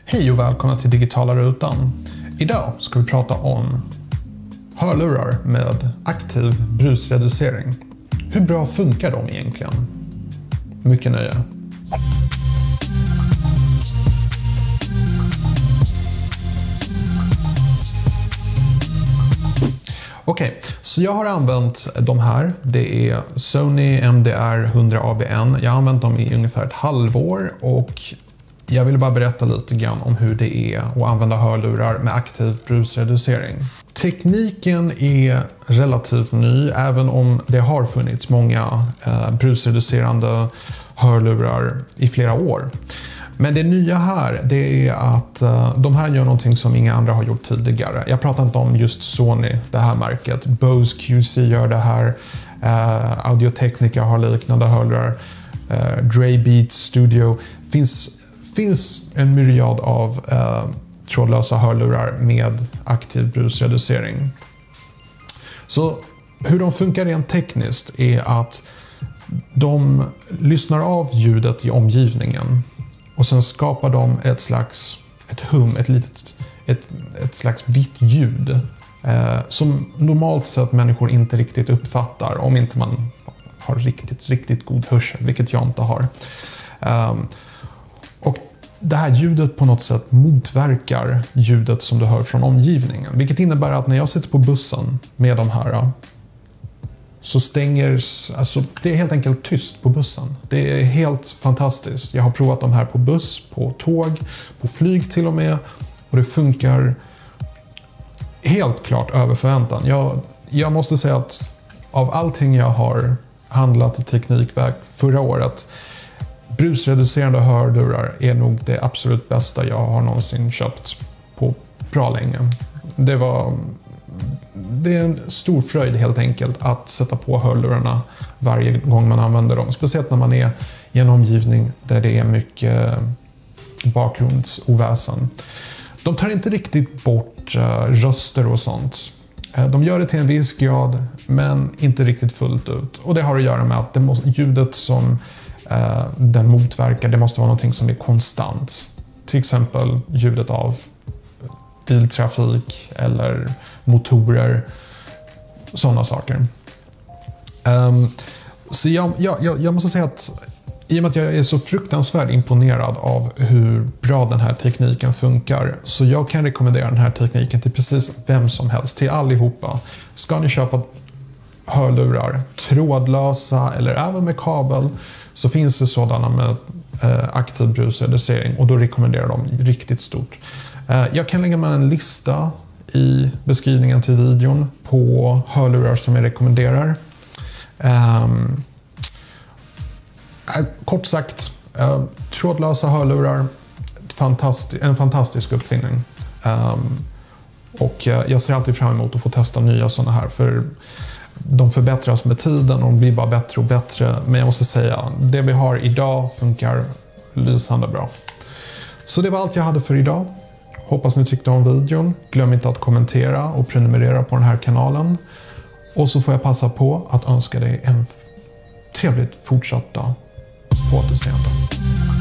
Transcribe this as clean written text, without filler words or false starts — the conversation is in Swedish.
Hej och välkomna till Digitala rutan. Idag ska vi prata om hörlurar med aktiv brusreducering. Hur bra funkar de egentligen? Mycket nöje. Okej, så jag har använt de här. Det är Sony MDR 100 ABN. Jag har använt dem i ungefär ett halvår och jag vill bara berätta lite grann om hur det är att använda hörlurar med aktiv brusreducering. Tekniken är relativt ny, även om det har funnits många brusreducerande hörlurar i flera år. Men det nya här, det är att de här gör någonting som inga andra har gjort tidigare. Jag pratar inte om just Sony, det här märket. Bose QC gör det här. Audio-Technica har liknande hörlurar. Dre Beats Studio. Finns en myriad av trådlösa hörlurar med aktiv brusreducering. Så hur de funkar rent tekniskt är att de lyssnar av ljudet i omgivningen och sen skapar de ett slags vitt ljud som normalt sett människor inte riktigt uppfattar om inte man har riktigt god hörsel, vilket jag inte har. Och det här ljudet på något sätt motverkar ljudet som du hör från omgivningen. Vilket innebär att när jag sitter på bussen med de här så det är helt enkelt tyst på bussen. Det är helt fantastiskt. Jag har provat de här på buss, på tåg, på flyg till och med. Och det funkar helt klart över förväntan. Jag måste säga att av allting jag har handlat i Teknikväg förra året, brusreducerande hörlurar är nog det absolut bästa jag har någonsin köpt på bra länge. Det är en stor fröjd helt enkelt att sätta på hörlurarna varje gång man använder dem. Speciellt när man är i en omgivning där det är mycket bakgrundsoväsen. De tar inte riktigt bort röster och sånt. De gör det till en viss grad men inte riktigt fullt ut. Och det har att göra med att ljudet som den motverkar, det måste vara någonting som är konstant. Till exempel ljudet av biltrafik eller motorer, sådana saker. Så jag måste säga att i och med att jag är så fruktansvärt imponerad av hur bra den här tekniken funkar, så jag kan rekommendera den här tekniken till precis vem som helst, till allihopa. Ska ni köpa hörlurar, trådlösa eller även med kabel, så finns det sådana med aktiv brusreducering och då rekommenderar de riktigt stort. Jag kan lägga med en lista i beskrivningen till videon på hörlurar som jag rekommenderar. Kort sagt, trådlösa hörlurar, en fantastisk uppfinning. Och jag ser alltid fram emot att få testa nya sådana här, för de förbättras med tiden och de blir bara bättre och bättre. Men jag måste säga, det vi har idag funkar lysande bra. Så det var allt jag hade för idag. Hoppas ni tyckte om videon. Glöm inte att kommentera och prenumerera på den här kanalen. Och så får jag passa på att önska dig en trevligt fortsatt dag. På återseende.